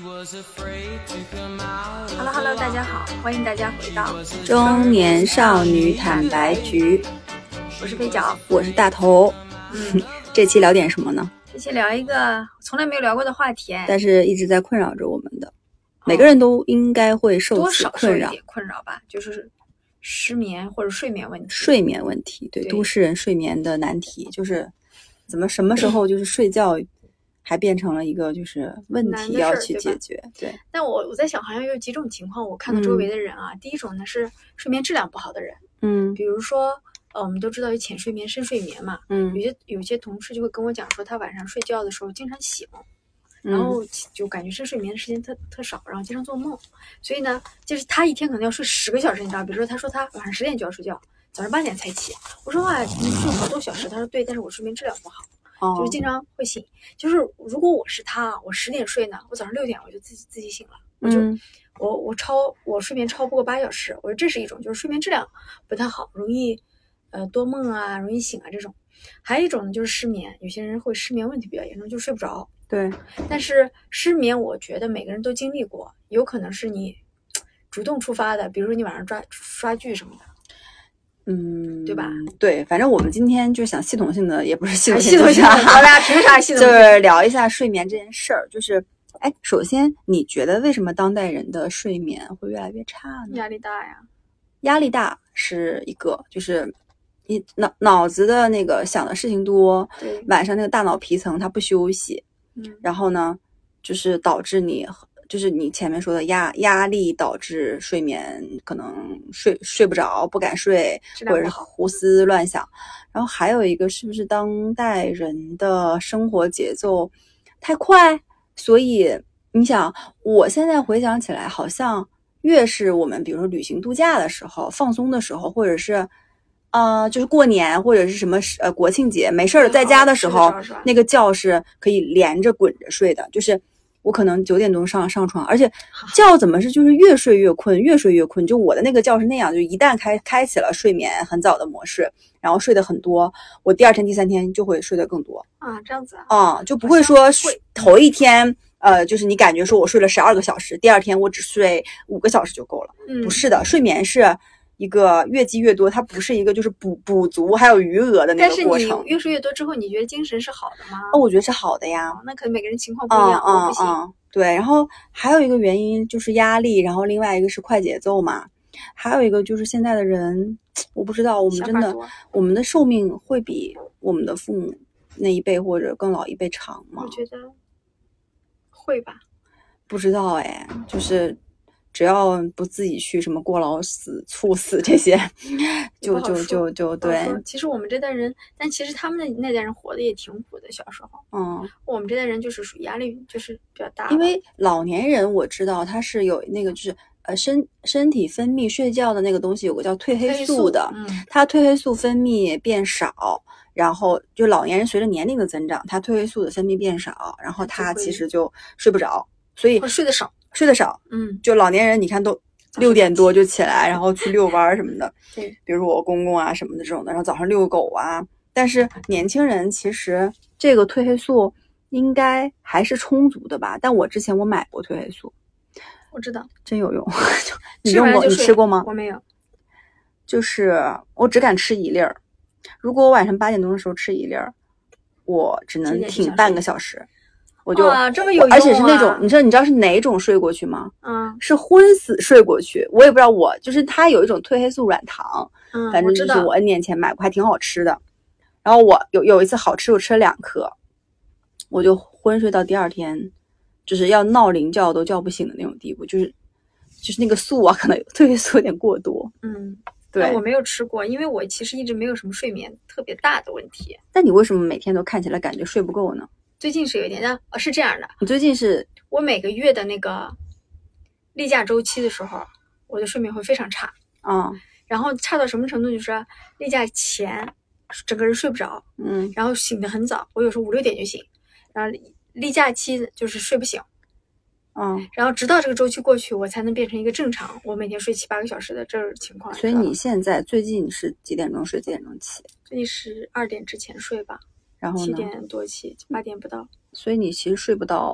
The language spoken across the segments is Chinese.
Hello， 大家好，欢迎大家回到中年少女坦白局。 我是飞脚， 我是大头。这期聊点什么呢？ 这期聊一个从来没有聊过的话题， 但是一直在困扰着我们的，每个人都应该会受此困扰， 多少受一点困扰吧，就是失眠或者睡眠问题。 睡眠问题，对，都市人睡眠的难题，就是什么时候就是睡觉还变成了一个就是问题要去解决。对。 但我在想，好像有几种情况，我看到周围的人啊，第一种呢是睡眠质量不好的人，比如说我们都知道有浅睡眠、深睡眠嘛，有些同事就会跟我讲说，他晚上睡觉的时候经常醒，然后就感觉深睡眠的时间特少，然后经常做梦，所以呢，就是他一天可能要睡10个小时，你知道，比如说他说他晚上10点就要睡觉，早上8点才起，我说哇，你睡好多小时，他说对，但是我睡眠质量不好。就是经常会醒，就是如果我是他，我10点睡呢，我早上6点我就自己醒了，我睡眠超不过8小时，我说这是一种，就是睡眠质量不太好，容易多梦啊，容易醒啊这种。还有一种呢就是失眠，有些人会失眠问题比较严重，就睡不着。 对， 但是失眠我觉得每个人都经历过，有可能是你主动触发的，比如说你晚上刷剧什么的。对吧？ 对，反正我们今天就想系统性的，也不是系统性的， 我俩凭啥系统性？ 就是聊一下睡眠这件事儿。就是，首先你觉得为什么当代人的睡眠会越来越差呢？ 压力大呀。 压力大是一个，就是你脑子的那个想的事情多，晚上那个大脑皮层它不休息，然后呢，就是导致你。就是你前面说的压力导致睡眠可能睡不着，不敢睡，或者是胡思乱想。然后还有一个是不是当代人的生活节奏太快，所以你想我现在回想起来，好像越是我们比如说旅行度假的时候，放松的时候，或者是就是过年或者是什么国庆节没事儿在家的时候，那个觉是可以连着滚着睡的，就是我可能9点钟上床，而且觉怎么是就是越睡越困，越睡越困。就我的那个觉是那样，就一旦开启了睡眠很早的模式，然后睡得很多，我第2天、第3天就会睡得更多啊，这样子啊， 就不会说头一天就是你感觉说我睡了12个小时，第2天我只睡5个小时就够了。不是的，睡眠是一个越积越多，它不是一个就是补足还有余额的那个过程。 但是你越睡越多之后，你觉得精神是好的吗？ 我觉得是好的呀。 那可能每个人情况不一样。不行。 对，然后还有一个原因就是压力，然后另外一个是快节奏嘛，还有一个就是现在的人，我不知道，我们真的我们的寿命会比我们的父母那一辈或者更老一辈长吗？ 我觉得会吧。 不知道就是只要不自己去什么过劳死、猝死这些，就对。 其实我们这代人，但其实他们那代人活得也挺苦的，小时候。我们这代人就是属于压力就是比较大。 因为老年人我知道他是有那个就是身体分泌睡觉的那个东西有个叫褪黑素的，它褪黑素分泌变少，然后就老年人随着年龄的增长，它褪黑素的分泌变少，然后他其实就睡不着，所以睡得少。 就老年人你看都6点多就起来，然后去遛弯什么的。 对， 比如说我公公啊什么的这种的，然后早上遛狗啊。但是年轻人其实这个褪黑素应该还是充足的吧？但我之前我买过褪黑素， 我知道， 真有用。你用过？你吃过吗？ 我没有， 就是我只敢吃1粒儿。如果我晚上8点钟的时候吃1粒儿，我只能挺半个小时。我就这么有用而且是那种你知道是哪种睡过去吗？是昏死睡过去。我也不知道，我就是它有一种褪黑素软糖，反正就是我 N 年前买过，还挺好吃的。然后我有一次好吃，我吃了2颗，我就昏睡到第2天，就是要闹铃叫都叫不醒的那种地步，就是那个素可能褪黑素有点过多。对， 我没有吃过，因为我其实一直没有什么睡眠特别大的问题。 但你为什么每天都看起来感觉睡不够呢？ 最近是有一点是这样的。 你最近是？ 我每个月的那个例假周期的时候，我的睡眠会非常差。然后差到什么程度，就是例假前整个人睡不着，然后醒得很早，我有时候5、6点就醒，然后例假期就是睡不醒。然后直到这个周期过去，我才能变成一个正常，我每天睡7、8个小时的这种情况。 所以你现在最近是几点钟睡，几点钟起？ 最近12点之前睡吧。 然后呢 7点多起，8点不到。 所以你其实睡不到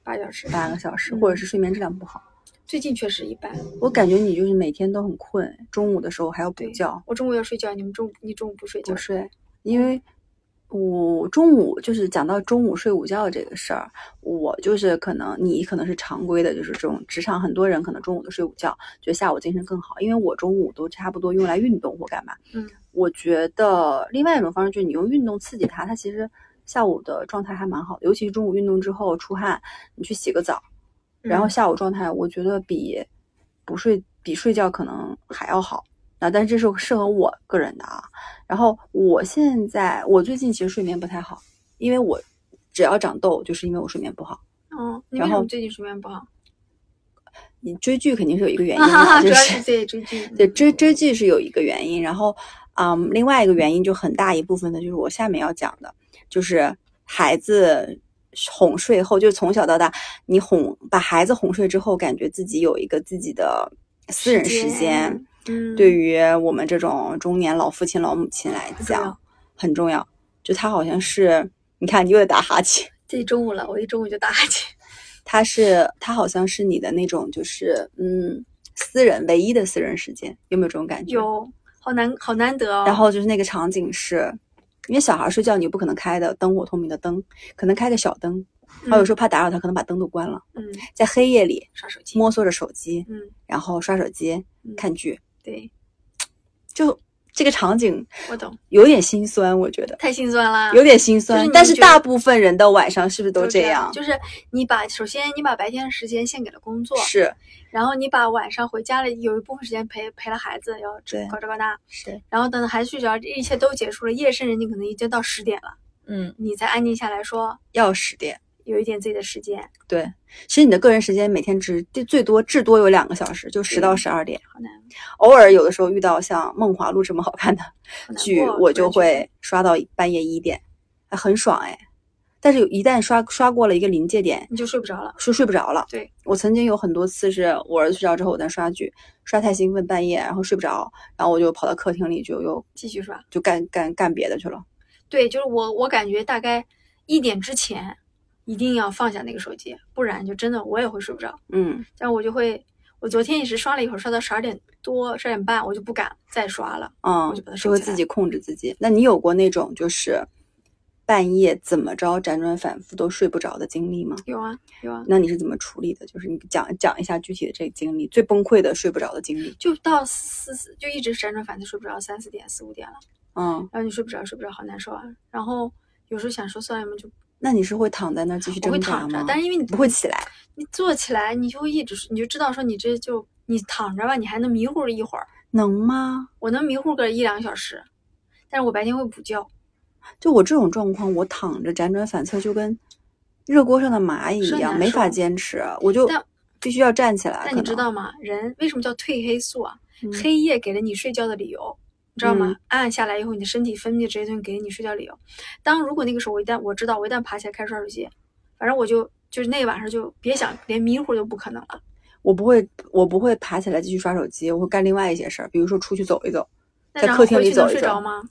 8个小时，或者是睡眠质量不好。 最近确实一般。 我感觉你就是每天都很困，中午的时候还要补觉。 我中午要睡觉，你中午不睡觉？ 不睡，因为我中午就是讲到中午睡午觉这个事儿，我就是你可能是常规的，就是这种职场很多人可能中午都睡午觉，觉得下午精神更好，因为我中午都差不多用来运动或干嘛。我觉得另外一种方式就是你用运动刺激它其实下午的状态还蛮好的，尤其是中午运动之后出汗，你去洗个澡，然后下午状态我觉得比睡觉可能还要好。但是这是适合我个人的啊。然后我最近其实睡眠不太好，因为我只要长痘就是因为我睡眠不好。 你为什么最近睡眠不好？ 你追剧肯定是有一个原因的， 主要是对追剧。 对追剧是有一个原因，然后另外一个原因就很大一部分的就是我下面要讲的，就是孩子哄睡后，就是从小到大你把孩子哄睡之后，感觉自己有一个自己的私人时间。对于我们这种中年老父亲老母亲来讲很重要。就他好像是，你看你又在打哈欠， 这中午了，我一中午就打哈欠。 他好像是你的那种就是唯一的私人时间，有没有这种感觉？ 有，好难得哦。 然后就是那个场景是，因为小孩睡觉你不可能开的灯火通明的灯，可能开个小灯，然后有时候怕打扰他，可能把灯都关了。在黑夜里刷手机， 摸索着手机，然后刷手机，看剧。 对， 就这个场景， 我懂， 有点心酸，我觉得太心酸了， 有点心酸。但是大部分人的晚上是不是都这样？ 就是首先你把白天的时间献给了工作， 是， 然后你把晚上回家了有一部分时间陪了孩子，要搞这搞那， 是，然后等孩子睡着，这一切都结束了，夜深人静可能已经到10点了，你才安静下来说要10点。 有一点自己的时间。 对，其实你的个人时间每天至多有2个小时，就10到12点。 好难。 偶尔有的时候遇到像《梦华录》这么好看的剧，我就会刷到半夜1点，很爽哎。但是一旦刷过了一个临界点， 你就睡不着了， 睡不着了。 对， 我曾经有很多次是我儿子睡着之后我在刷剧，刷太兴奋半夜，然后睡不着，然后我就跑到客厅里就又继续刷， 就干别的去了。 对，就是我感觉大概1点之前一定要放下那个手机，不然就真的我也会睡不着。但我昨天也是刷了一会儿，刷到12点多、12点半，我就不敢再刷了。我就把它收起来。 就会自己控制自己。那你有过那种就是半夜怎么着辗转反复都睡不着的经历吗？ 有啊。 那你是怎么处理的？就是你讲一下具体的这个经历，最崩溃的睡不着的经历。 就到就一直辗转反复睡不着，3、4点、4、5点了。然后你睡不着，好难受啊。然后有时候想说算了，就。 那你是会躺在那儿继续挣扎吗？ 我会躺着，但是因为你不会起来， 你坐起来你就会你就知道说你躺着吧，你还能迷糊一会儿。 能吗？ 我能迷糊个1-2个小时，但是我白天会补觉。 就我这种状况，我躺着辗转反侧就跟热锅上的蚂蚁一样，没法坚持，我就必须要站起来。 但你知道吗？人为什么叫褪黑素啊？黑夜给了你睡觉的理由。你知道吗？暗下来以后，你的身体分泌的这些东西给你睡觉理由。如果那个时候我一旦爬起来开始刷手机，反正我就是那个晚上就别想连迷糊都不可能了。 我不会爬起来继续刷手机，我会干另外一些事儿，比如说出去走一走，在客厅里走一走。 睡着吗？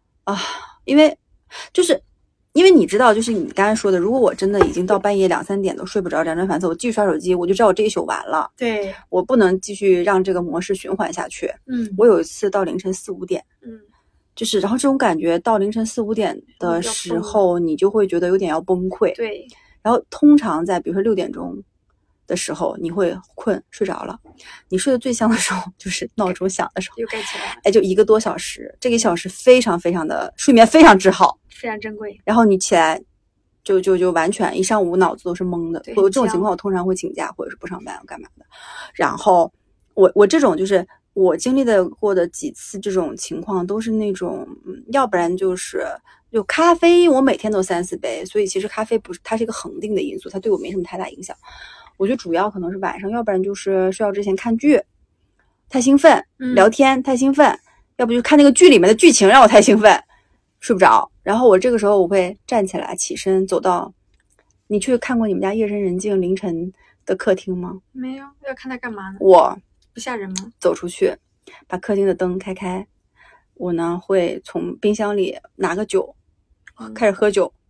因为你知道，就是你刚才说的，如果我真的已经到半夜2、3点都睡不着，辗转反侧，我继续刷手机，我就知道我这一宿完了。 对， 我不能继续让这个模式循环下去。我有一次到凌晨4、5点，然后这种感觉到凌晨4、5点的时候，你就会觉得有点要崩溃。 对， 然后通常在比如说6点钟的时候，你会困睡着了，你睡得最香的时候就是闹钟响的时候， 又该起来。 就1个多小时，这个1小时非常非常的睡眠非常之好。 非常珍贵， 然后你起来就完全一上午脑子都是懵的。我这种情况我通常会请假或者是不上班干嘛的。然后我这种就是我经历过的几次这种情况都是那种要不然就是咖啡，我每天都3、4杯，所以其实咖啡它是一个恒定的因素，它对我没什么太大影响。我觉得主要可能是晚上，要不然就是睡觉之前看剧太兴奋，聊天太兴奋，要不就看那个剧里面的剧情让我太兴奋睡不着。然后我这个时候我会站起来起身走到，你去看过你们家夜深人静凌晨的客厅吗？ 没有。要看它干嘛呢？ 我不吓人吗？ 走出去把客厅的灯开，我呢会从冰箱里拿个酒，开始喝酒，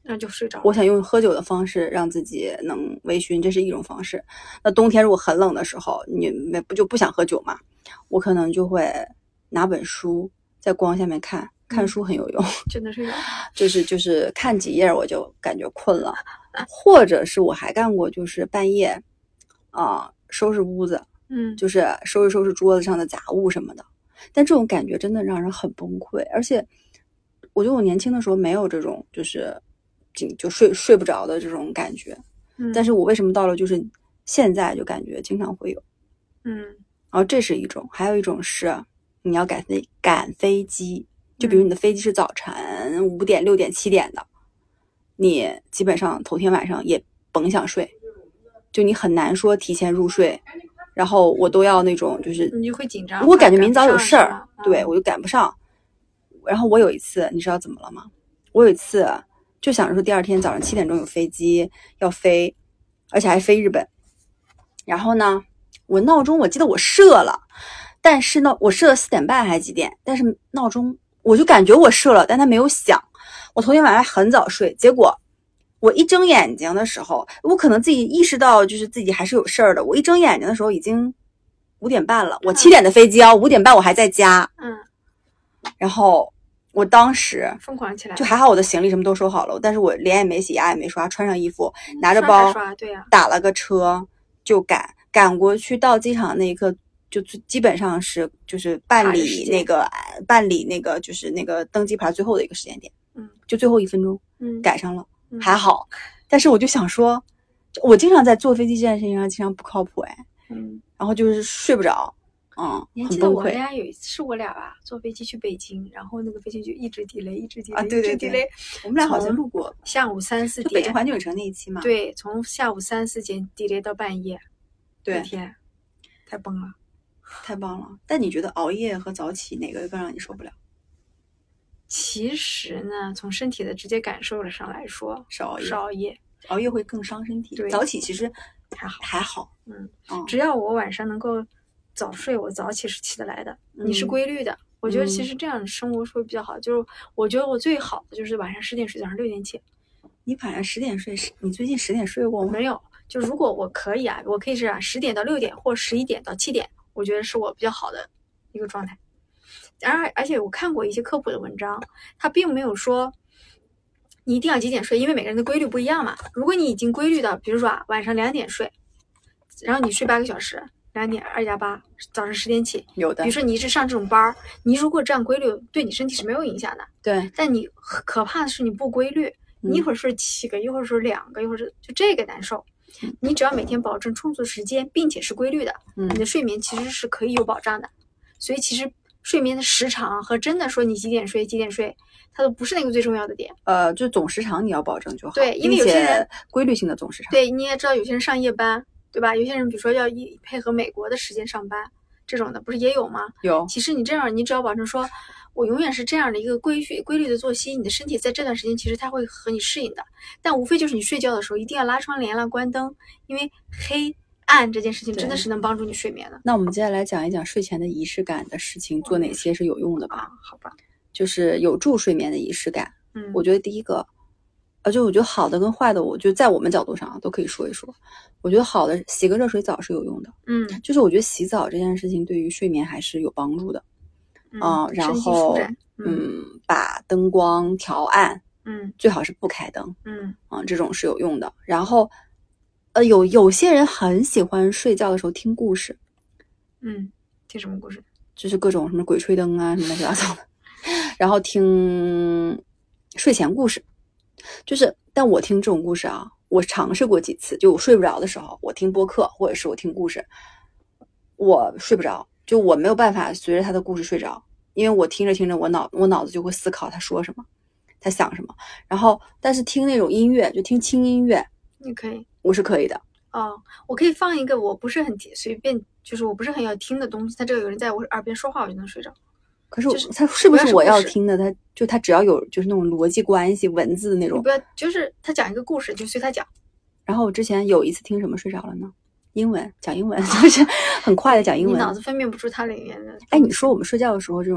那就睡着了。 我想用喝酒的方式让自己能微醺，这是一种方式。那冬天如果很冷的时候，你不想喝酒嘛？我可能就会拿本书在光下面看书很有用， 真的是有， 就是看几页我就感觉困了，或者是我还干过，就是半夜收拾屋子，就是收拾桌子上的杂物什么的。但这种感觉真的让人很崩溃，而且我觉得我年轻的时候没有这种就睡不着的这种感觉，但是我为什么到了就是现在就感觉经常会有，然后这是一种，还有一种是你要赶飞机。就比如你的飞机是早晨5点、6点、7点的，你基本上头天晚上也甭想睡，就你很难说提前入睡，然后我都要那种就是你就会紧张， 我感觉明早有事儿，对我就赶不上。然后我有一次你知道怎么了吗？我有一次就想着说第二天早上7点钟有飞机要飞，而且还飞日本，然后呢我闹钟我记得我设了，但是呢我设了4点半还是几点，但是闹钟我就感觉我设了，但它没有响。我头天晚上很早睡，结果我一睁眼睛的时候，我可能自己意识到就是自己还是有事儿的。我一睁眼睛的时候已经5点半了，我7点的飞机5点半我还在家。然后我当时疯狂起来， 就还好我的行李什么都收好了，但是我脸也没洗，牙也没刷，穿上衣服，拿着包，打了个车就赶过去。到机场那一刻。就基本上是就是办理那个就是那个登机牌最后的一个时间点，就最后1分钟，赶上了，还好。但是我就想说，我经常在坐飞机这件事情上经常不靠谱然后就是睡不着， 你记得我俩有一次是我俩吧，坐飞机去北京，然后那个飞机就一直 delay， 对，我们俩好像录过下午3、4点， 北京环球影城那一期嘛， 对，从下午3、4点 delay 到半夜， 对， 天，太崩了。 太棒了！但你觉得熬夜和早起哪个更让你受不了？ 其实呢，从身体的直接感受上来说， 少熬夜， 熬夜会更伤身体。早起其实还好， 只要我晚上能够早睡，我早起是起得来的。你是规律的，我觉得其实这样的生活是会比较好。就是我觉得我最好的就是晚上10点睡，早上6点起。 你晚上10点睡，你最近10点睡过吗？ 没有，就如果我可以我可以是10点到6点，或11点到7点。我觉得是我比较好的一个状态，而且我看过一些科普的文章，它并没有说你一定要几点睡，因为每个人的规律不一样嘛。如果你已经规律的，比如说晚上2点睡，然后你睡8个小时，2点2加8，早上10点起， 有的。 比如说你一直上这种班，你如果这样规律，对你身体是没有影响的。 对。 但你可怕的是你不规律，你一会儿睡7个，一会儿睡2个，一会儿就这个难受。你只要每天保证充足时间，并且是规律的，你的睡眠其实是可以有保障的。所以其实睡眠的时长和真的说你几点睡，它都不是那个最重要的点。 就总时长你要保证就好。 对，因为有些人规律性的总时长。 对，你也知道有些人上夜班，对吧？有些人比如说要配合美国的时间上班，这种的不是也有吗？ 有。 其实你这样，你只要保证说，我永远是这样的一个规律的作息，你的身体在这段时间其实它会和你适应的。但无非就是你睡觉的时候一定要拉窗帘了、关灯，因为黑暗这件事情真的是能帮助你睡眠的。 那我们接下来讲一讲睡前的仪式感的事情，做哪些是有用的吧？ 好吧， 就是有助睡眠的仪式感。我觉得第一个，就我觉得好的跟坏的，我就在我们角度上都可以说一说。我觉得好的，洗个热水澡是有用的。就是我觉得洗澡这件事情对于睡眠还是有帮助的。然后把灯光调暗，最好是不开灯，这种是有用的。然后有些人很喜欢睡觉的时候听故事， 听什么故事？ 就是各种什么鬼吹灯啊什么乱七八糟的，然后听睡前故事。就是但我听这种故事我尝试过几次，就我睡不着的时候，我听播客或者是我听故事，我睡不着，就我没有办法随着他的故事睡着，因为我听着听着我脑子就会思考他说什么，他想什么。然后但是听那种音乐，就听轻音乐， 你可以， 我是可以的。 我可以放一个我不是很随便，就是我不是很要听的东西，他这个有人在我耳边说话，我就能睡着。 可是他是不是我要听的？他只要有就是那种逻辑关系文字的那种， 你不要就是他讲一个故事就随他讲。 然后我之前有一次听什么睡着了呢？英文，讲英文，就是很快的讲英文。 你脑子分辨不出它里面的。 哎，你说我们睡觉的时候这种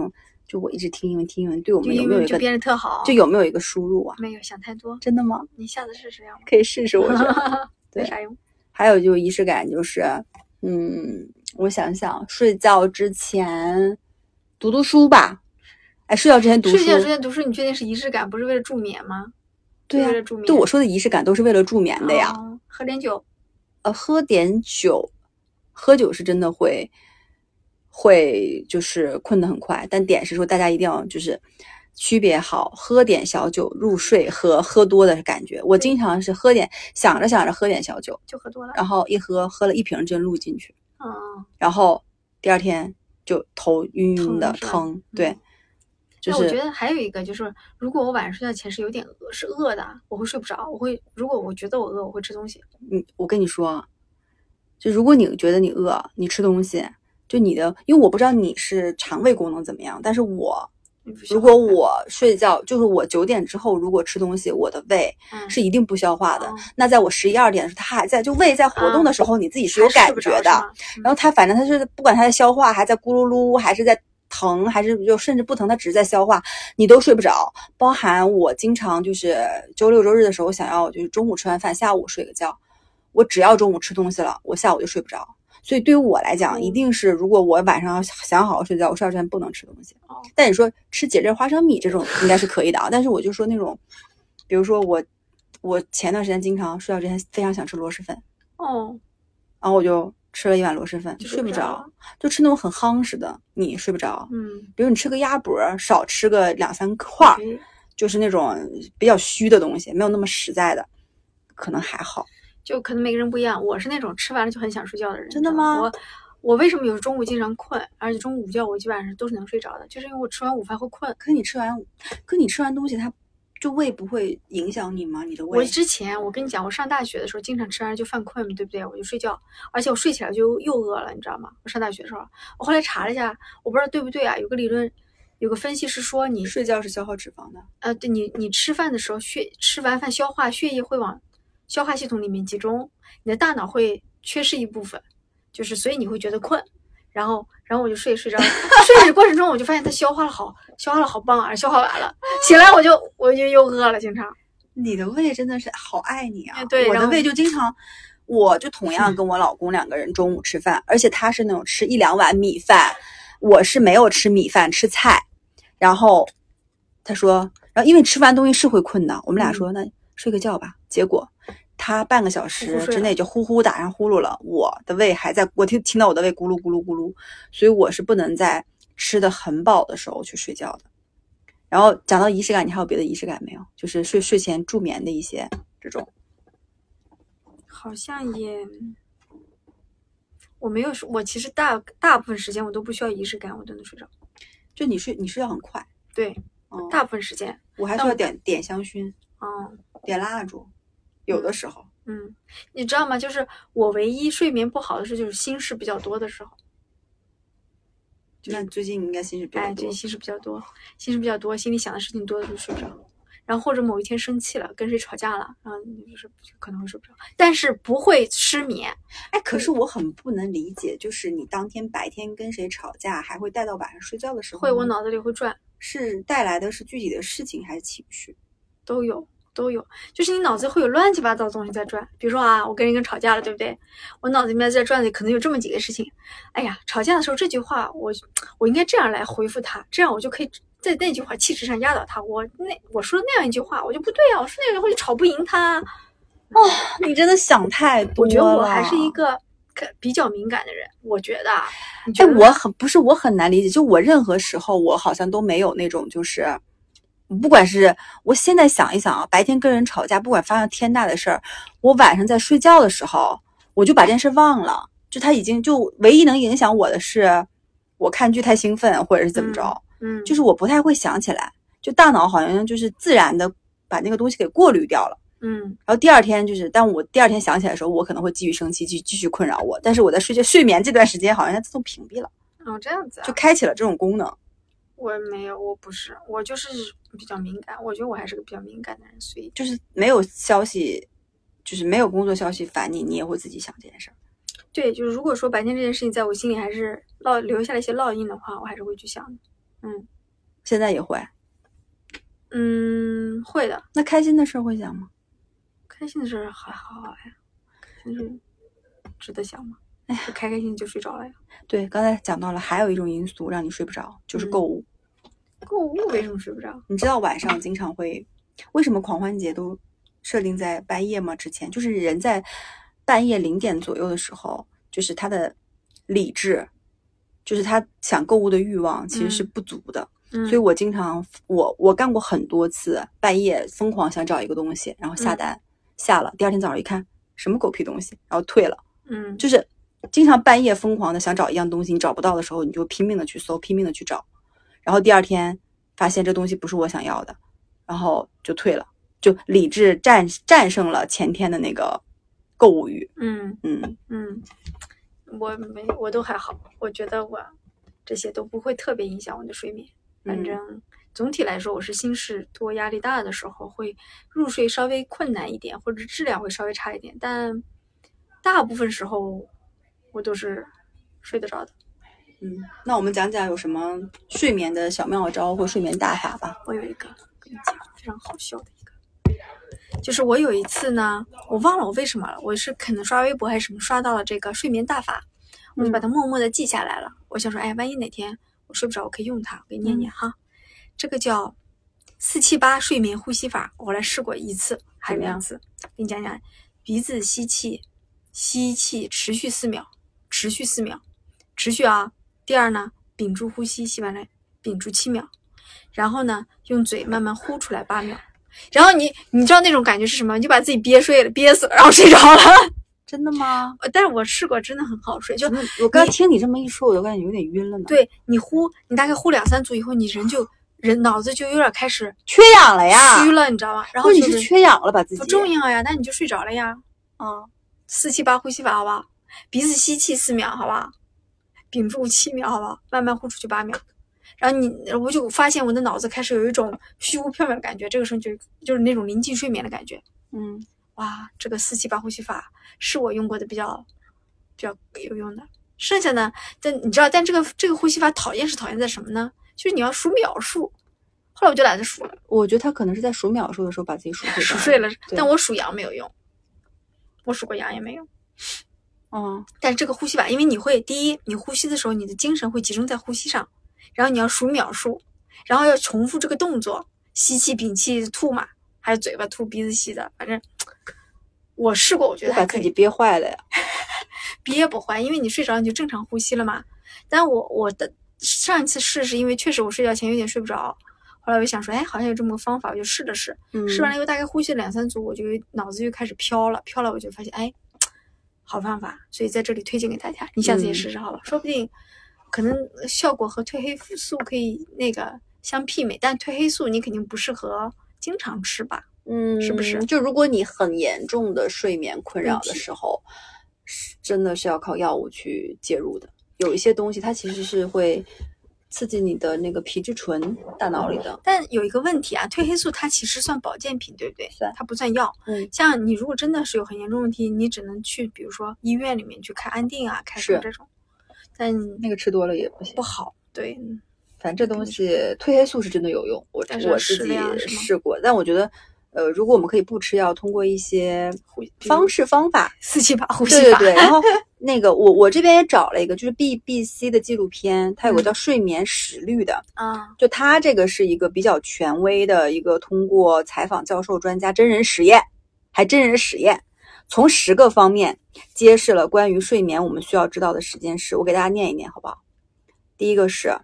就我一直听英文，对我们有没有一个就变得特好？ 就有没有一个输入啊？ 没有，想太多。 真的吗？ 你下次试试呀。 可以试试，我觉得没啥用。 还有就仪式感，就是我想想，睡觉之前读读书吧。哎，睡觉之前读书。 睡觉之前读书，你确定是仪式感，不是为了助眠吗？ 对呀，对我说的仪式感都是为了助眠的呀。 喝点酒。 喝点酒，喝酒是真的会就是困得很快，但点是说大家一定要就是区别好喝点小酒入睡和喝多的感觉。我经常是想着喝点小酒就喝多了， 然后喝了1瓶就录进去，然后第二天就头晕晕的疼，对。就是我觉得还有一个就是，如果我晚上睡觉前是有点饿的，我会睡不着。如果我觉得我饿，我会吃东西。 我跟你说，就如果你觉得你饿，你吃东西，就你的，因为我不知道你是肠胃功能怎么样，但是如果我睡觉，就是我9点之后如果吃东西，我的胃是一定不消化的。那在我11、12点的时候，它还在，就胃在活动的时候，你自己是有感觉的。然后它反正它是不管它在消化，还在咕噜噜，还是在疼，还是就甚至不疼，它只是在消化，你都睡不着。包含我经常就是周六周日的时候想要就是中午吃完饭下午睡个觉，我只要中午吃东西了，我下午就睡不着。所以对于我来讲，一定是如果我晚上想好好睡觉，我睡觉之前不能吃东西。但你说吃节奏花生米这种应该是可以的啊。但是我就说那种，比如说我前段时间经常睡觉之前非常想吃螺蛳粉，然后我就吃了1碗螺蛳粉，就睡不着，就吃那种很夯实的，你睡不着。比如你吃个鸭脖，少吃个2、3块，就是那种比较虚的东西，没有那么实在的，可能还好。 就可能每个人不一样，我是那种吃完了就很想睡觉的人。 真的吗？ 我为什么有中午经常困，而且中午午觉我基本上都是能睡着的，就是因为我吃完午饭会困。 可你吃完东西，它就胃不会影响你吗？你的胃？ 我跟你讲，我上大学的时候经常吃完就犯困，对不对？我就睡觉，而且我睡起来就又饿了，你知道吗？我上大学的时候，我后来查了一下，我不知道对不对啊，有个理论，有个分析是说你睡觉是消耗脂肪的。 对，你吃饭的时候吃完饭消化，血液会往消化系统里面集中，你的大脑会缺失一部分，就是所以你会觉得困，然后我就睡着了。睡的过程中我就发现它消化了好棒啊，消化完了，醒来我就又饿了，经常。 你的胃真的是好爱你啊！ 对， 我的胃就经常，我就同样跟我老公2个人中午吃饭，而且他是那种吃1、2碗米饭，我是没有吃米饭吃菜，然后他说，然后因为吃完东西是会困的，我们俩说那睡个觉吧，结果他半个小时之内就呼呼打上呼噜了，我的胃还在，我听到我的胃咕噜咕噜咕噜，所以我是不能在吃的很饱的时候去睡觉的。然后讲到仪式感，你还有别的仪式感没有？就是睡前助眠的一些这种。 好像我没有，我其实大部分时间我都不需要仪式感，我都能睡着。 就你睡觉很快。 对，大部分时间我还需要点香薰，点蜡烛，有的时候。 你知道吗？就是我唯一睡眠不好的时候，就是心事比较多的时候。 那最近应该心事比较多。 最近心事比较多，心里想的事情多的就睡不着。然后或者某一天生气了，跟谁吵架了，然后就是可能会睡不着，但是不会失眠。 可是我很不能理解，就是你当天白天跟谁吵架，还会带到晚上睡觉的时候。 会，我脑子里会转。 是带来的是具体的事情还是情绪？ 都有，就是你脑子会有乱七八糟的东西在转。比如说我跟一个人吵架了，对不对？我脑子里面在转的可能有这么几个事情。哎呀，吵架的时候这句话我应该这样来回复他，这样我就可以在那句话气势上压倒他。我说那样一句话我就不对啊，我说那样我就吵不赢他。 你真的想太多了。 我觉得我还是一个比较敏感的人，我觉得。 我很难理解，就我任何时候我好像都没有那种就是不管是我现在想一想啊，白天跟人吵架，不管发生天大的事儿，我晚上在睡觉的时候，我就把这件事忘了。就他已经就唯一能影响我的是，我看剧太兴奋，或者是怎么着，就是我不太会想起来，就大脑好像就是自然的把那个东西给过滤掉了。然后第二天就是，当我第二天想起来的时候，我可能会继续生气，继续困扰我。但是我在睡眠这段时间，好像它自动屏蔽了。 这样子啊， 就开启了这种功能。 我没有，我不是，我就是比较敏感。我觉得我还是个比较敏感的人，所以就是没有消息，就是没有工作消息烦你，你也会自己想这件事儿。 对，就是如果说白天这件事情在我心里还是留下了一些烙印的话，我还是会去想的。 现在也会？ 会的。 那开心的事会想吗？ 开心的事还好呀，就是值得想吗？哎呀，开开心就睡着了呀。 对，刚才讲到了，还有一种因素让你睡不着，就是购物。 购物为什么睡不着？ 你知道晚上经常会，为什么狂欢节都设定在半夜吗？之前就是人在半夜0点左右的时候，就是他的理智，就是他想购物的欲望其实是不足的。所以我经常我干过很多次半夜疯狂想找一个东西，然后下单，下了，第二天早上一看什么狗屁东西，然后退了。就是经常半夜疯狂的想找一样东西，你找不到的时候，你就拼命的去搜，拼命的去找，然后第二天发现这东西不是我想要的，然后就退了，就理智战胜了前天的那个购物欲。 我都还好，我觉得我这些都不会特别影响我的睡眠。反正总体来说，我是心事多、压力大的时候会入睡稍微困难一点，或者质量会稍微差一点，但大部分时候我都是睡得着的。 那我们讲讲有什么睡眠的小妙招或睡眠大法吧。 我有一个跟你讲非常好笑的一个，就是我有一次呢，我忘了我为什么了，我是可能刷微博还是什么刷到了这个睡眠大法，我就把它默默的记下来了。我想说，哎，万一哪天我睡不着，我可以用它，我给你念念哈。这个叫478睡眠呼吸法，我来试过一次，还有2次，给你讲讲。鼻子吸气，吸气持续4秒，持续4秒，持续啊。第二呢，屏住呼吸，吸完了屏住7秒，然后呢用嘴慢慢呼出来8秒，然后你知道那种感觉是什么？你就把自己憋死了，然后睡着了。 真的吗？ 但是我试过，真的很好睡。就我刚听你这么一说，我都感觉有点晕了呢。 对，你大概呼2-3组以后，你脑子就有点开始缺氧了呀， 虚了，你知道吗？然后你是缺氧了吧自己？ 不重要呀，但你就睡着了呀。478呼吸法，好吧？鼻子吸气4秒，好吧？屏住7秒，好吧？慢慢呼出去8秒。然后我就发现我的脑子开始有一种虚无缥缈的感觉，这个时候就是那种临近睡眠的感觉。哇，这个478呼吸法是我用过的比较有用的。剩下呢，你知道，但这个呼吸法讨厌在什么呢？就是你要数秒数。后来我就懒得数了。 我觉得他可能是在数秒数的时候把自己数睡了，但我数羊没有用，我数过羊也没用。但是这个呼吸法，因为第一，你呼吸的时候，你的精神会集中在呼吸上，然后你要数秒数，然后要重复这个动作，吸气、屏气、吐嘛，还有嘴巴吐、鼻子吸的，反正我试过，我觉得还可以。 把自己憋坏了呀？ 憋不坏，因为你睡着你就正常呼吸了嘛。但我的上一次试是因为确实我睡觉前有点睡不着，后来我就想说，哎，好像有这么个方法，我就试了试。试完了以后，大概呼吸了2-3组，我就脑子就开始飘了，我就发现，哎，好方法，所以在这里推荐给大家，你下次也试试好吧？说不定可能效果和褪黑素可以那个相媲美，但褪黑素你肯定不适合经常吃吧？是不是？ 就如果你很严重的睡眠困扰的时候，真的是要靠药物去介入的。有一些东西它其实是会刺激你的那个皮质醇大脑里的。 但有一个问题啊，褪黑素它其实算保健品，对不对？它不算药。像你如果真的是有很严重问题，你只能去比如说医院里面去开安定啊，开什么这种。但那个吃多了也不行， 不好。对， 反正这东西褪黑素是真的有用，我自己试过。但我觉得如果我们可以不吃药，通过一些方法 478呼吸法。 对，然后那个我这边也找了一个，就是 BBC 的纪录片，它有个叫睡眠时律的就它这个是一个比较权威的一个，通过采访教授专家真人实验，从10个方面揭示了关于睡眠我们需要知道的10件事。我给大家念一念好不好？第一个是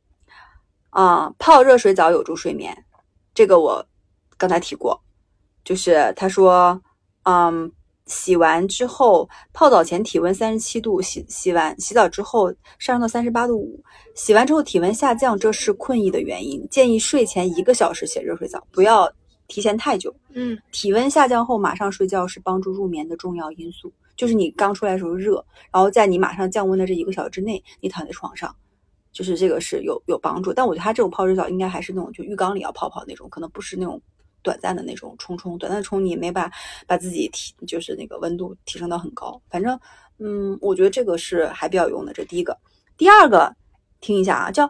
泡热水澡有助睡眠，这个我刚才提过，就是他说洗完之后，泡澡前体温37度，洗澡之后上升到38度5，洗完之后体温下降，这是困意的原因。建议睡前1个小时洗热水澡，不要提前太久。体温下降后马上睡觉是帮助入眠的重要因素。就是你刚出来的时候热，然后在你马上降温的这1个小时之内，你躺在床上，就是这个是有帮助。但我觉得他这种泡热澡应该还是那种就浴缸里要泡那种，可能不是那种短暂的那种冲，短暂的冲你也没把自己就是那个温度提升到很高。反正我觉得这个是还比较有用的，这第一个。第二个听一下啊，叫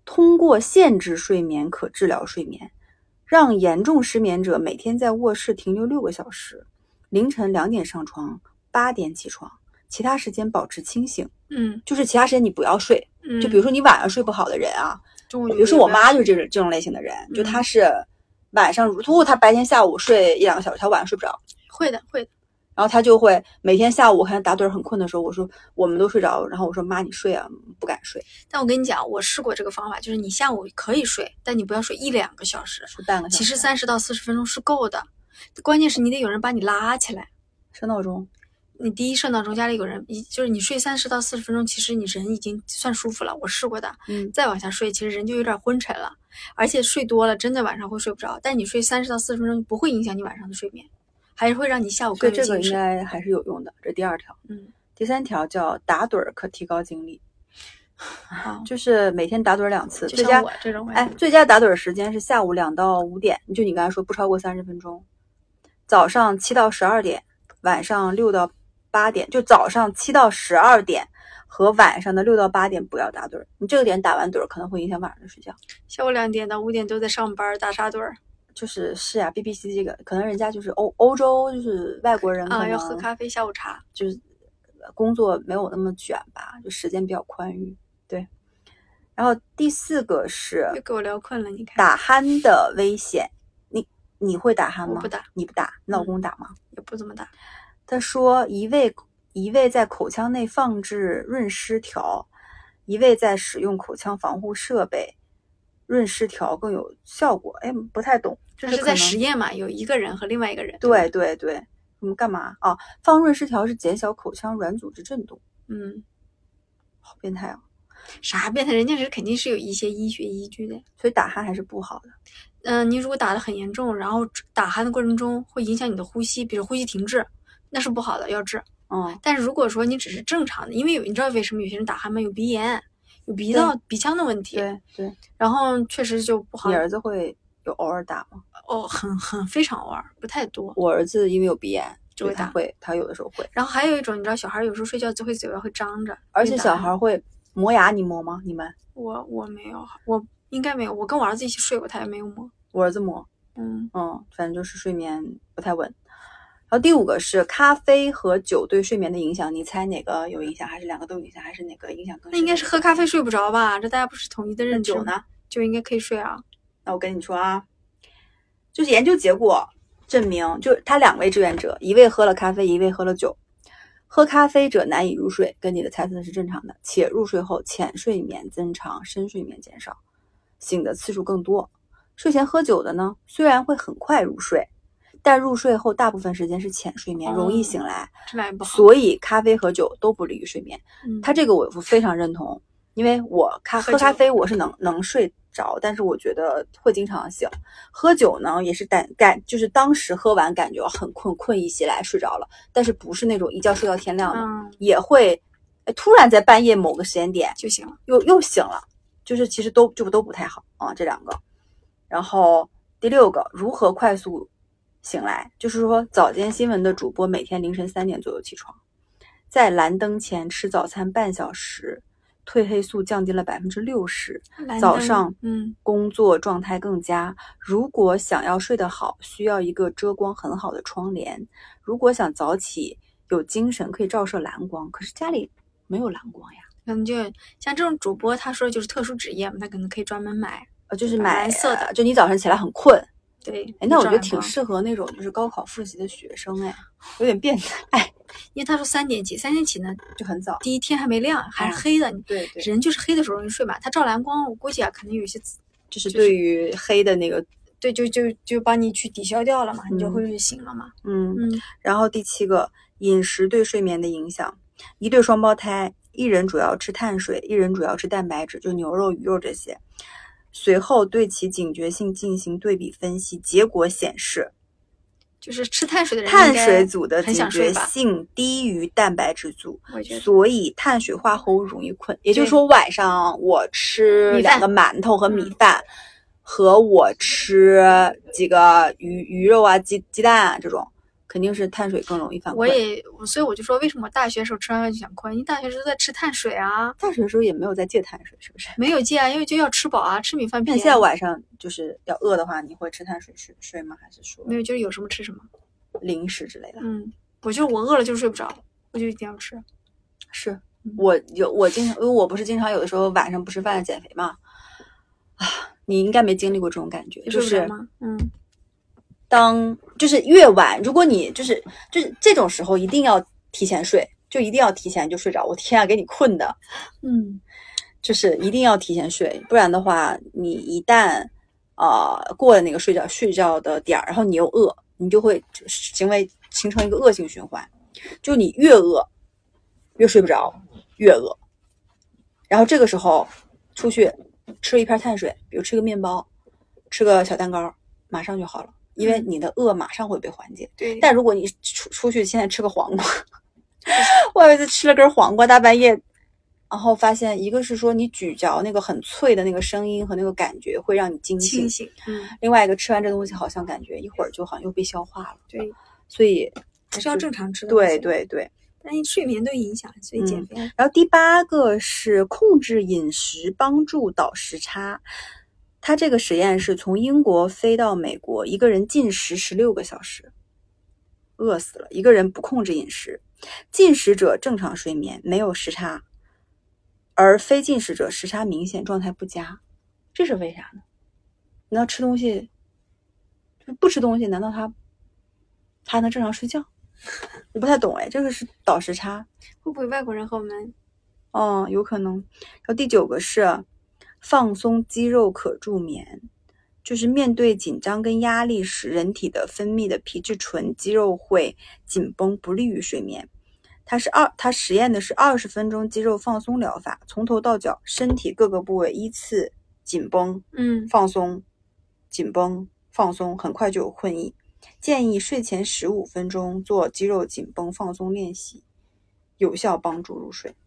通过限制睡眠可治疗睡眠，让严重失眠者每天在卧室停留6个小时，凌晨2点上床，8点起床，其他时间保持清醒。就是其他时间你不要睡。就比如说你晚上睡不好的人啊，比如说我妈就是这种类型的人，就她是晚上她白天下午睡1-2个小时，她晚上睡不着。 会的。 然后她就会每天下午我看她打盹很困的时候，我说我们都睡着了，然后我说妈你睡啊，不敢睡。 但我跟你讲，我试过这个方法，就是你下午可以睡，但你不要睡1-2个小时， 睡半个小时。 其实30到40分钟是够的，关键是你得有人把你拉起来， 设闹钟。 你第一设闹钟，家里有人，就是你睡30到40分钟，其实你人已经算舒服了，我试过的。再往下睡，其实人就有点昏沉了，而且睡多了真的晚上会睡不着。但你睡30到40分钟不会影响你晚上的睡眠，还是会让你下午更有精神。 这个应该还是有用的。这第2条。第3条叫打盹可提高精力。就是每天打盹2次， 就像我这种最佳打盹时间是下午2到5点，就你刚才说不超过30分钟，早上7到12点，晚上6到8点，就早上7到12点和晚上的6到8点不要打盹，你这个点打完盹可能会影响晚上的睡觉。 下午2点到5点都在上班，打啥盹？ 是呀 ，BBC 这个可能人家就是欧洲，就是外国人要喝咖啡下午茶， 就是工作没有那么卷吧，就时间比较宽裕。对。然后第4个是又给我聊困了，你看打鼾的危险。你会打鼾吗？ 我不打。 你不打？你老公打吗？ 也不怎么打。 他说一味在口腔内放置润湿条，一味在使用口腔防护设备，润湿条更有效果。不太懂。 就是在实验嘛，有一个人和另外一个人。 对。干嘛啊？放润湿条是减小口腔软组织震动。好变态啊！ 啥变态？人家是肯定是有一些医学依据的。 所以打鼾还是不好的。 你如果打得很严重，然后打鼾的过程中会影响你的呼吸，比如呼吸停滞，那是不好的，要治。但是如果说你只是正常的，因为你知道为什么有些人打鼾吗？有鼻炎，有鼻腔的问题。 对。 然后确实就不好。 你儿子会有偶尔打吗？ 非常偶尔，不太多。 我儿子因为有鼻炎就会打， 他有的时候会。 然后还有一种，你知道小孩有时候睡觉嘴巴会张着， 而且小孩会磨牙，你磨吗？你们？ 我没有，我应该没有。我跟我儿子一起睡过，他也没有磨。 我儿子磨。反正就是睡眠不太稳。然后第5个是咖啡和酒对睡眠的影响，你猜哪个有影响，还是2个都有影响，还是哪个影响更深？ 那应该是喝咖啡睡不着吧？这大家不是统一的认知。 酒呢？ 就应该可以睡啊。 那我跟你说啊，就是研究结果证明，就他2位志愿者，一位喝了咖啡，一位喝了酒。喝咖啡者难以入睡，跟你的猜测是正常的，且入睡后浅睡眠增长，深睡眠减少，醒的次数更多。睡前喝酒的呢，虽然会很快入睡，但入睡后大部分时间是浅睡眠，容易醒来，所以咖啡和酒都不利于睡眠。他这个我非常认同，因为我喝咖啡我是能睡着，但是我觉得会经常醒。喝酒呢也是就是当时喝完感觉很困意袭来睡着了，但是不是那种一觉睡到天亮的，也会突然在半夜某个时间点就醒了， 又醒了，就是其实都不太好啊，这2个。然后第6个，如何快速醒来，就是说早间新闻的主播每天凌晨3点左右起床，在蓝灯前吃早餐半小时，褪黑素降低了60%，早上工作状态更佳。如果想要睡得好，需要一个遮光很好的窗帘。如果想早起有精神，可以照射蓝光，可是家里没有蓝光呀。 可能就像这种主播，他说就是特殊职业嘛，他可能可以专门买， 就是买蓝色的， 就你早上起来很困。 对， 那我觉得挺适合那种就是高考复习的学生，有点变态。 因为他说3点起呢就很早， 第一天还没亮，还是黑的。 对， 人就是黑的时候容易睡嘛，他照蓝光，我估计可能有一些就是对于黑的那个， 对，就帮你去抵消掉了嘛，你就会醒了嘛。 然后第7个，饮食对睡眠的影响。一对双胞胎，一人主要吃碳水，一人主要吃蛋白质，就牛肉、鱼肉这些。随后对其警觉性进行对比分析，结果显示， 就是吃碳水的人， 碳水组的警觉性低于蛋白质组，所以碳水化合物容易困。也就是说，晚上我吃2个馒头和米饭，和我吃几个鱼肉啊、鸡蛋啊这种， 肯定是碳水更容易犯困。所以我就说，为什么我大学时候吃完饭就想困？你大学时候在吃碳水啊， 大学时候也没有在戒碳水，是不是？ 没有戒啊，因为就要吃饱啊，吃米饭便宜。 那现在晚上就是要饿的话，你会吃碳水睡吗？还是说没有，就是有什么吃什么， 零食之类的？ 我饿了就睡不着，我就一定要吃。 是我经常，因为我不是经常有的时候晚上不吃饭减肥嘛，你应该没经历过这种感觉，就是就是越晚，如果你就是这种时候一定要提前睡，就一定要提前就睡着。我天啊，给你困的，就是一定要提前睡，不然的话，你一旦过了那个睡觉的点儿，然后你又饿，你就会形成一个恶性循环，就你越饿越睡不着，越饿，然后这个时候出去吃一片碳水，比如吃个面包，吃个小蛋糕，马上就好了。因为你的饿马上会被缓解。 对。 但如果你出去现在吃个黄瓜，我有一次吃了根黄瓜，大半夜，然后发现一个是说你咀嚼那个很脆的那个声音和那个感觉会让你清醒。另外一个吃完这东西好像感觉一会儿就好像又被消化了。 对。 所以还是要正常吃的。 对对对。 但是睡眠都影响，所以减肥。 然后第8个是控制饮食帮助倒时差。他这个实验是从英国飞到美国，一个人禁食16个小时，饿死了。一个人不控制饮食，禁食者正常睡眠，没有时差，而非禁食者时差明显，状态不佳。这是为啥呢？难道吃东西不吃东西，难道他能正常睡觉？我不太懂哎，这个是倒时差， 会不会外国人和我们？ 有可能。然后第9个是放松肌肉可助眠，就是面对紧张跟压力时，人体的分泌的皮质醇肌肉会紧绷，不利于睡眠。它实验的是20分钟肌肉放松疗法，从头到脚，身体各个部位依次紧绷，放松，紧绷，放松，很快就有困意。建议睡前15分钟做肌肉紧绷放松练习，有效帮助入睡。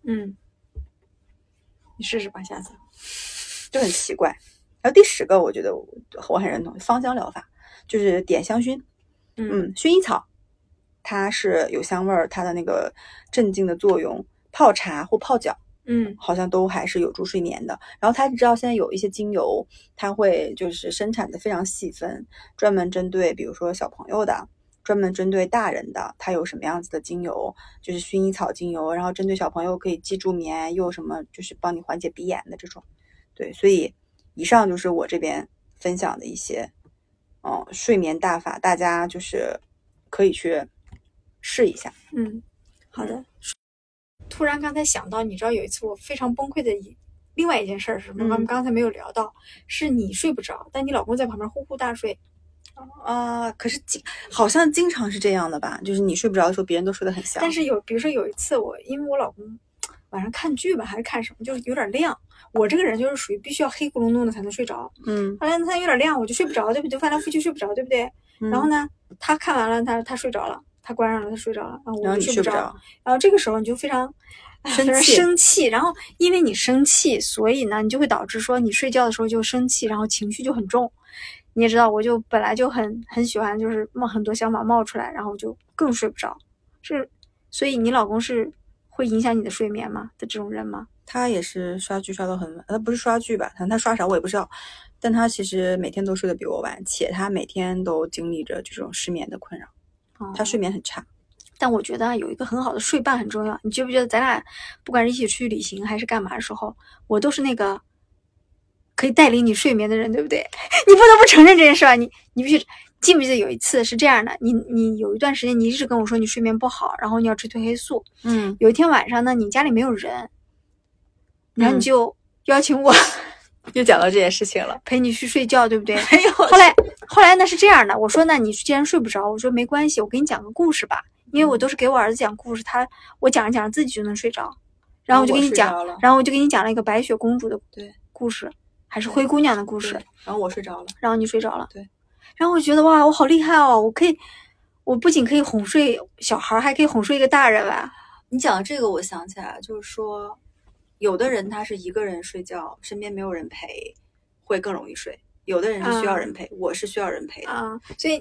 你试试吧，下次。 就很奇怪。然后第10个我觉得我很认同，芳香疗法，就是点香薰。薰衣草它是有香味儿，它的那个镇静的作用，泡茶或泡脚好像都还是有助睡眠的。然后他知道现在有一些精油，它会就是生产的非常细分，专门针对比如说小朋友的，专门针对大人的，它有什么样子的精油，就是薰衣草精油，然后针对小朋友可以记住眠，又什么就是帮你缓解鼻炎的这种。对，所以以上就是我这边分享的一些睡眠大法，大家就是可以去试一下。 好的。突然刚才想到，你知道有一次我非常崩溃的另外一件事是什么？我们刚才没有聊到，是你睡不着，但你老公在旁边呼呼大睡。 可是好像经常是这样的吧，就是你睡不着的时候别人都睡得很香。 但是比如说有一次因为我老公晚上看剧吧还是看什么，就是有点亮，我这个人就是属于必须要黑咕隆咚的才能睡着。后来他有点亮我就睡不着，对不对？翻来覆去睡不着，对不对？然后呢他看完了他睡着了，他关上了他睡着了，然后我就睡不着。然后这个时候你就非常生气，然后因为你生气，所以呢你就会导致说你睡觉的时候就生气，然后情绪就很重。你也知道我就本来就很喜欢就是很多想法冒出来，然后就更睡不着。所以你老公是会影响你的睡眠吗的这种人吗？ 他也是刷剧刷到很晚，他不是刷剧吧，他刷啥我也不知道，但他其实每天都睡得比我晚，且他每天都经历着这种失眠的困扰。他睡眠很差。 但我觉得有一个很好的睡伴很重要。你觉不觉得咱俩不管是一起出去旅行还是干嘛的时候，我都是那个可以带领你睡眠的人，对不对？你不得不承认这件事啊！你必须记不记得有一次是这样的，你有一段时间你一直跟我说你睡眠不好，然后你要吃褪黑素。有一天晚上呢，你家里没有人，然后你就邀请我又讲到这件事情了， 陪你去睡觉，对不对？ 没有。 后来呢是这样的，我说那你既然睡不着，我说没关系，我给你讲个故事吧，因为我都是给我儿子讲故事，我讲着讲着自己就能睡着，然后我就给你讲，然后我就给你讲了一个白雪公主的故事，还是灰姑娘的故事， 然后我睡着了， 然后你睡着了， 对， 然后我觉得哇，我好厉害哦，我不仅可以哄睡小孩，还可以哄睡一个大人吧。 你讲的这个我想起来，就是说有的人他是一个人睡觉，身边没有人陪会更容易睡，有的人是需要人陪，我是需要人陪的。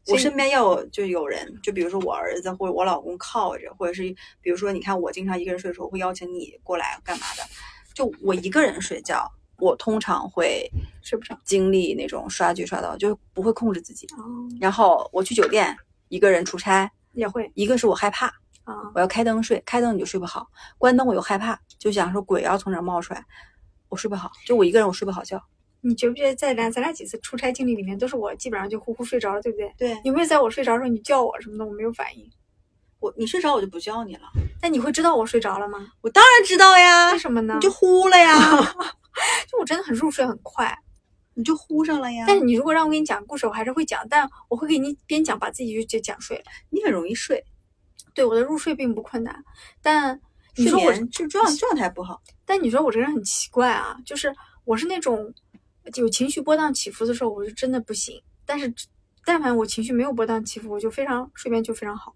我身边有人，就比如说我儿子或者我老公靠着，或者是比如说你看我经常一个人睡的时候，会邀请你过来干嘛的。就我一个人睡觉，我通常会睡不着， 经历那种刷剧刷到，就不会控制自己。然后我去酒店一个人出差也会， 一个是我害怕我要开灯睡，开灯你就睡不好，关灯我又害怕，就想说鬼要从哪冒出来，我睡不好，就我一个人我睡不好觉。 你觉不觉得在咱俩几次出差经历里面，都是我基本上就呼呼睡着了，对不对？ 对。 有没有在我睡着的时候你叫我什么的，我没有反应？ 你睡着我就不叫你了。 但你会知道我睡着了吗？ 我当然知道呀。 为什么呢？ 你就呼了呀。 就我真的很入睡很快， 你就呼上了呀。 但是你如果让我给你讲故事，我还是会讲，但我会给你边讲把自己就讲睡了。 你很容易睡。 对，我的入睡并不困难，但你说我这状态不好。 但你说我这个人很奇怪啊，就是我是那种有情绪波荡起伏的时候，我就真的不行。但是但凡我情绪没有波荡起伏，我就睡眠就非常好。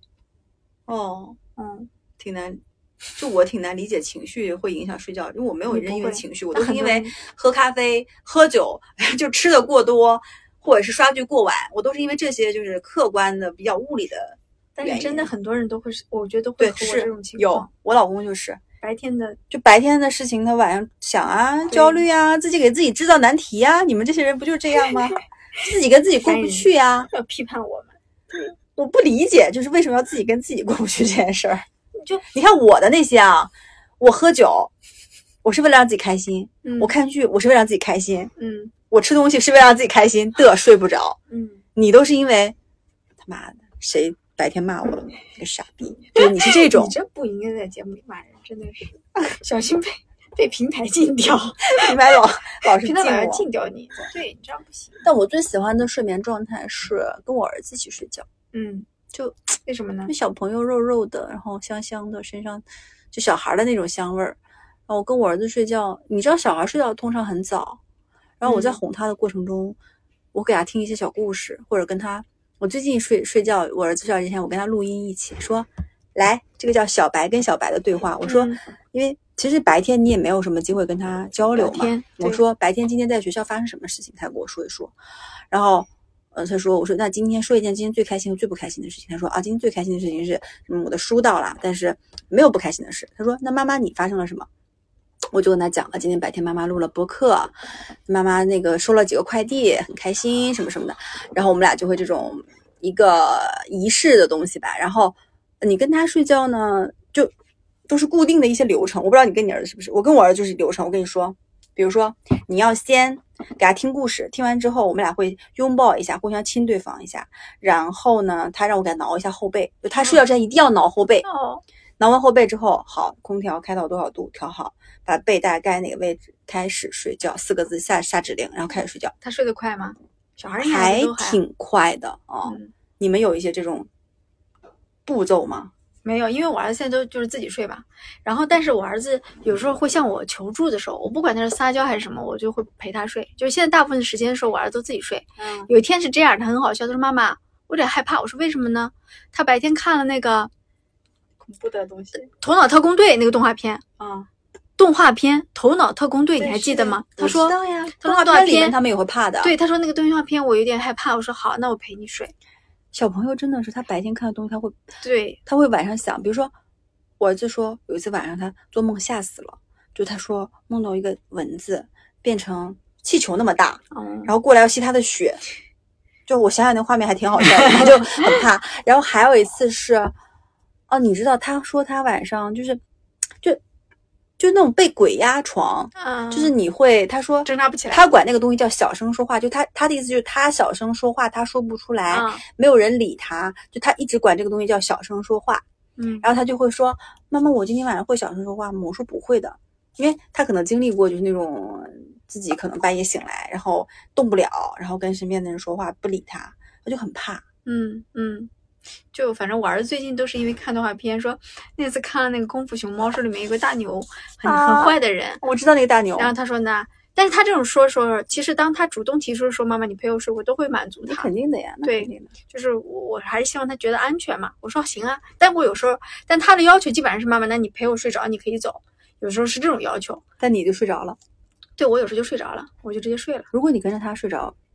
挺难，就我挺难理解情绪会影响睡觉，因为我没有因为情绪，我都是因为喝咖啡、喝酒，就吃的过多，或者是刷剧过晚，我都是因为这些就是客观的比较物理的原因。 但是真的很多人都会，我觉得都会和我这种情况。有，我老公就是白天的事情，他晚上想啊，焦虑啊，自己给自己制造难题啊。你们这些人不就是这样吗？自己跟自己过不去啊， 要批判我们。 我不理解，就是为什么要自己跟自己过不去这件事儿。就你看我的那些啊，我喝酒，我是为了让自己开心；我看剧，我是为了让自己开心；我吃东西是为了让自己开心的，睡不着。你都是因为他妈的谁白天骂我了，个傻逼，就是你是这种。 你这不应该在节目里骂人，真的是小心被平台禁掉。 平台老是平台晚上禁掉你，对你这样不行。 但我最喜欢的睡眠状态是跟我儿子一起睡觉。就为什么呢？ 就小朋友肉肉的，然后香香的，身上就小孩的那种香味儿。然后我跟我儿子睡觉，你知道小孩睡觉通常很早，然后我在哄他的过程中，我给他听一些小故事，或者跟他，我最近睡觉，我儿子睡觉之前，我跟他录音一起说，来，这个叫小白跟小白的对话。我说，因为其实白天你也没有什么机会跟他交流嘛。我说白天今天在学校发生什么事情，他跟我说一说，然后。他说，我说那今天说一件今天最开心和最不开心的事情。他说啊，今天最开心的事情是我的书到了，但是没有不开心的事。他说那妈妈你发生了什么？我就跟他讲了，今天白天妈妈录了播客，妈妈那个收了几个快递，很开心什么什么的。然后我们俩就会这种一个仪式的东西吧。然后你跟他睡觉呢，就都是固定的一些流程。我不知道你跟你儿子是不是？我跟我儿子就是流程。我跟你说，比如说你要先给他听故事，听完之后我们俩会拥抱一下，互相亲对方一下，然后呢他让我给他挠一下后背，就他睡觉之前一定要挠后背。挠完后背之后，好，空调开到多少度调好，把被大概盖哪个位置，开始睡觉，4个字下指令，然后开始睡觉。 他睡得快吗？小孩还挺快的你们有一些这种步骤吗？ 没有，因为我儿子现在就是自己睡吧。然后，但是我儿子有时候会向我求助的时候，我不管他是撒娇还是什么，我就会陪他睡。就是现在大部分时间的时候，我儿子都自己睡。有一天是这样，他很好笑，他说：“妈妈，我有点害怕。”我说：“为什么呢？”他白天看了那个恐怖的东西， 《头脑特工队》那个动画片动画片《头脑特工队》，你还记得吗？他说：“ 知道呀， 动画片里面他们也会怕的。” 对，他说那个动画片我有点害怕。我说：“好，那我陪你睡。” 小朋友真的是他白天看的东西，他会晚上想，比如说我儿子说有一次晚上他做梦吓死了，就他说梦到一个蚊子变成气球那么大，然后过来要吸他的血，就我想想那画面还挺好笑的，他就很怕。然后还有一次是你知道他说他晚上就那种被鬼压床，就是你会，他说挣扎不起来， 他管那个东西叫小声说话，就他的意思就是他小声说话，他说不出来，没有人理他，就他一直管这个东西叫小声说话。然后他就会说，妈妈，我今天晚上会小声说话吗？我说不会的，因为他可能经历过就是那种自己可能半夜醒来，然后动不了，然后跟身边的人说话不理他就很怕。 就反正我儿子最近都是因为看动画片，说那次看了那个功夫熊猫，说里面有个大牛很坏的人， 我知道那个大牛。 然后他说呢，但是他这种说，其实当他主动提出说妈妈你陪我睡，我都会满足他。 肯定的呀， 对，就是我还是希望他觉得安全嘛。我说行啊，但我有时候，但他的要求基本上是妈妈，那你陪我睡着，你可以走。有时候是这种要求， 但你就睡着了。 对，我有时候就睡着了，我就直接睡了。 如果你跟着他睡着，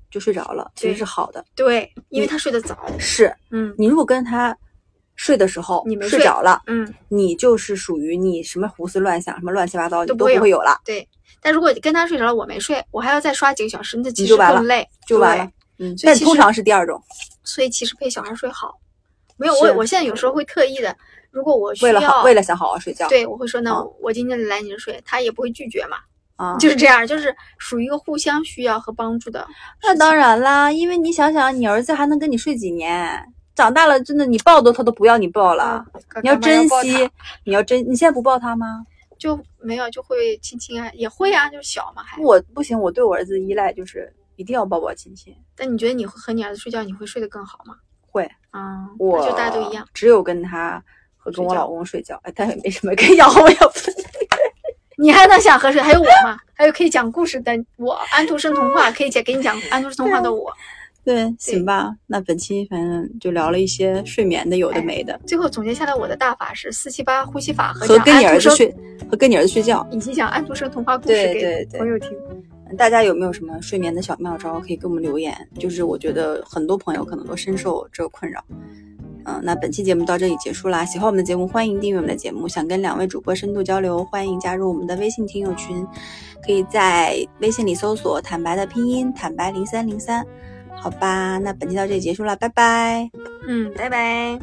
就睡着了，其实是好的。 对，因为他睡得早。 是，你如果跟他睡的时候你没睡着了，你就是属于你什么胡思乱想，什么乱七八糟你都不会有了。 对，但如果跟他睡着了，我没睡，我还要再刷几个小时，那其实更累， 就完了。但通常是第二种。 所以其实陪小孩睡好，没有我现在有时候会特意的，如果我需要为了想好好睡觉， 对，我会说那我今天来你这睡，他也不会拒绝嘛。就是这样，就是属于一个互相需要和帮助的。 那当然啦，因为你想想，你儿子还能跟你睡几年？长大了，真的你抱他都不要你抱了。你要珍惜，你现在不抱他吗？ 就没有，就会亲亲啊，也会啊，就是小嘛还。 我不行，我对我儿子的依赖就是一定要抱抱亲亲。 但你觉得你和你儿子睡觉，你会睡得更好吗？ 会啊， 我就大家都一样， 只有跟他和跟我老公睡觉，但也没什么可以养我要不。 你还能想和谁？还有我嘛？还有可以讲故事的我，安徒生童话可以给你讲安徒生童话的我。 对，行吧。那本期反正就聊了一些睡眠的有的没的。 最后总结下来，我的大法是478呼吸法和跟你儿子睡觉， 以及讲安徒生童话故事给朋友听。 大家有没有什么睡眠的小妙招可以给我们留言？就是我觉得很多朋友可能都深受这个困扰。那本期节目到这里结束啦。喜欢我们的节目，欢迎订阅我们的节目。想跟2位主播深度交流，欢迎加入我们的微信听友群，可以在微信里搜索坦白的拼音坦白0303。好吧，那本期到这里结束了，拜拜。 拜拜。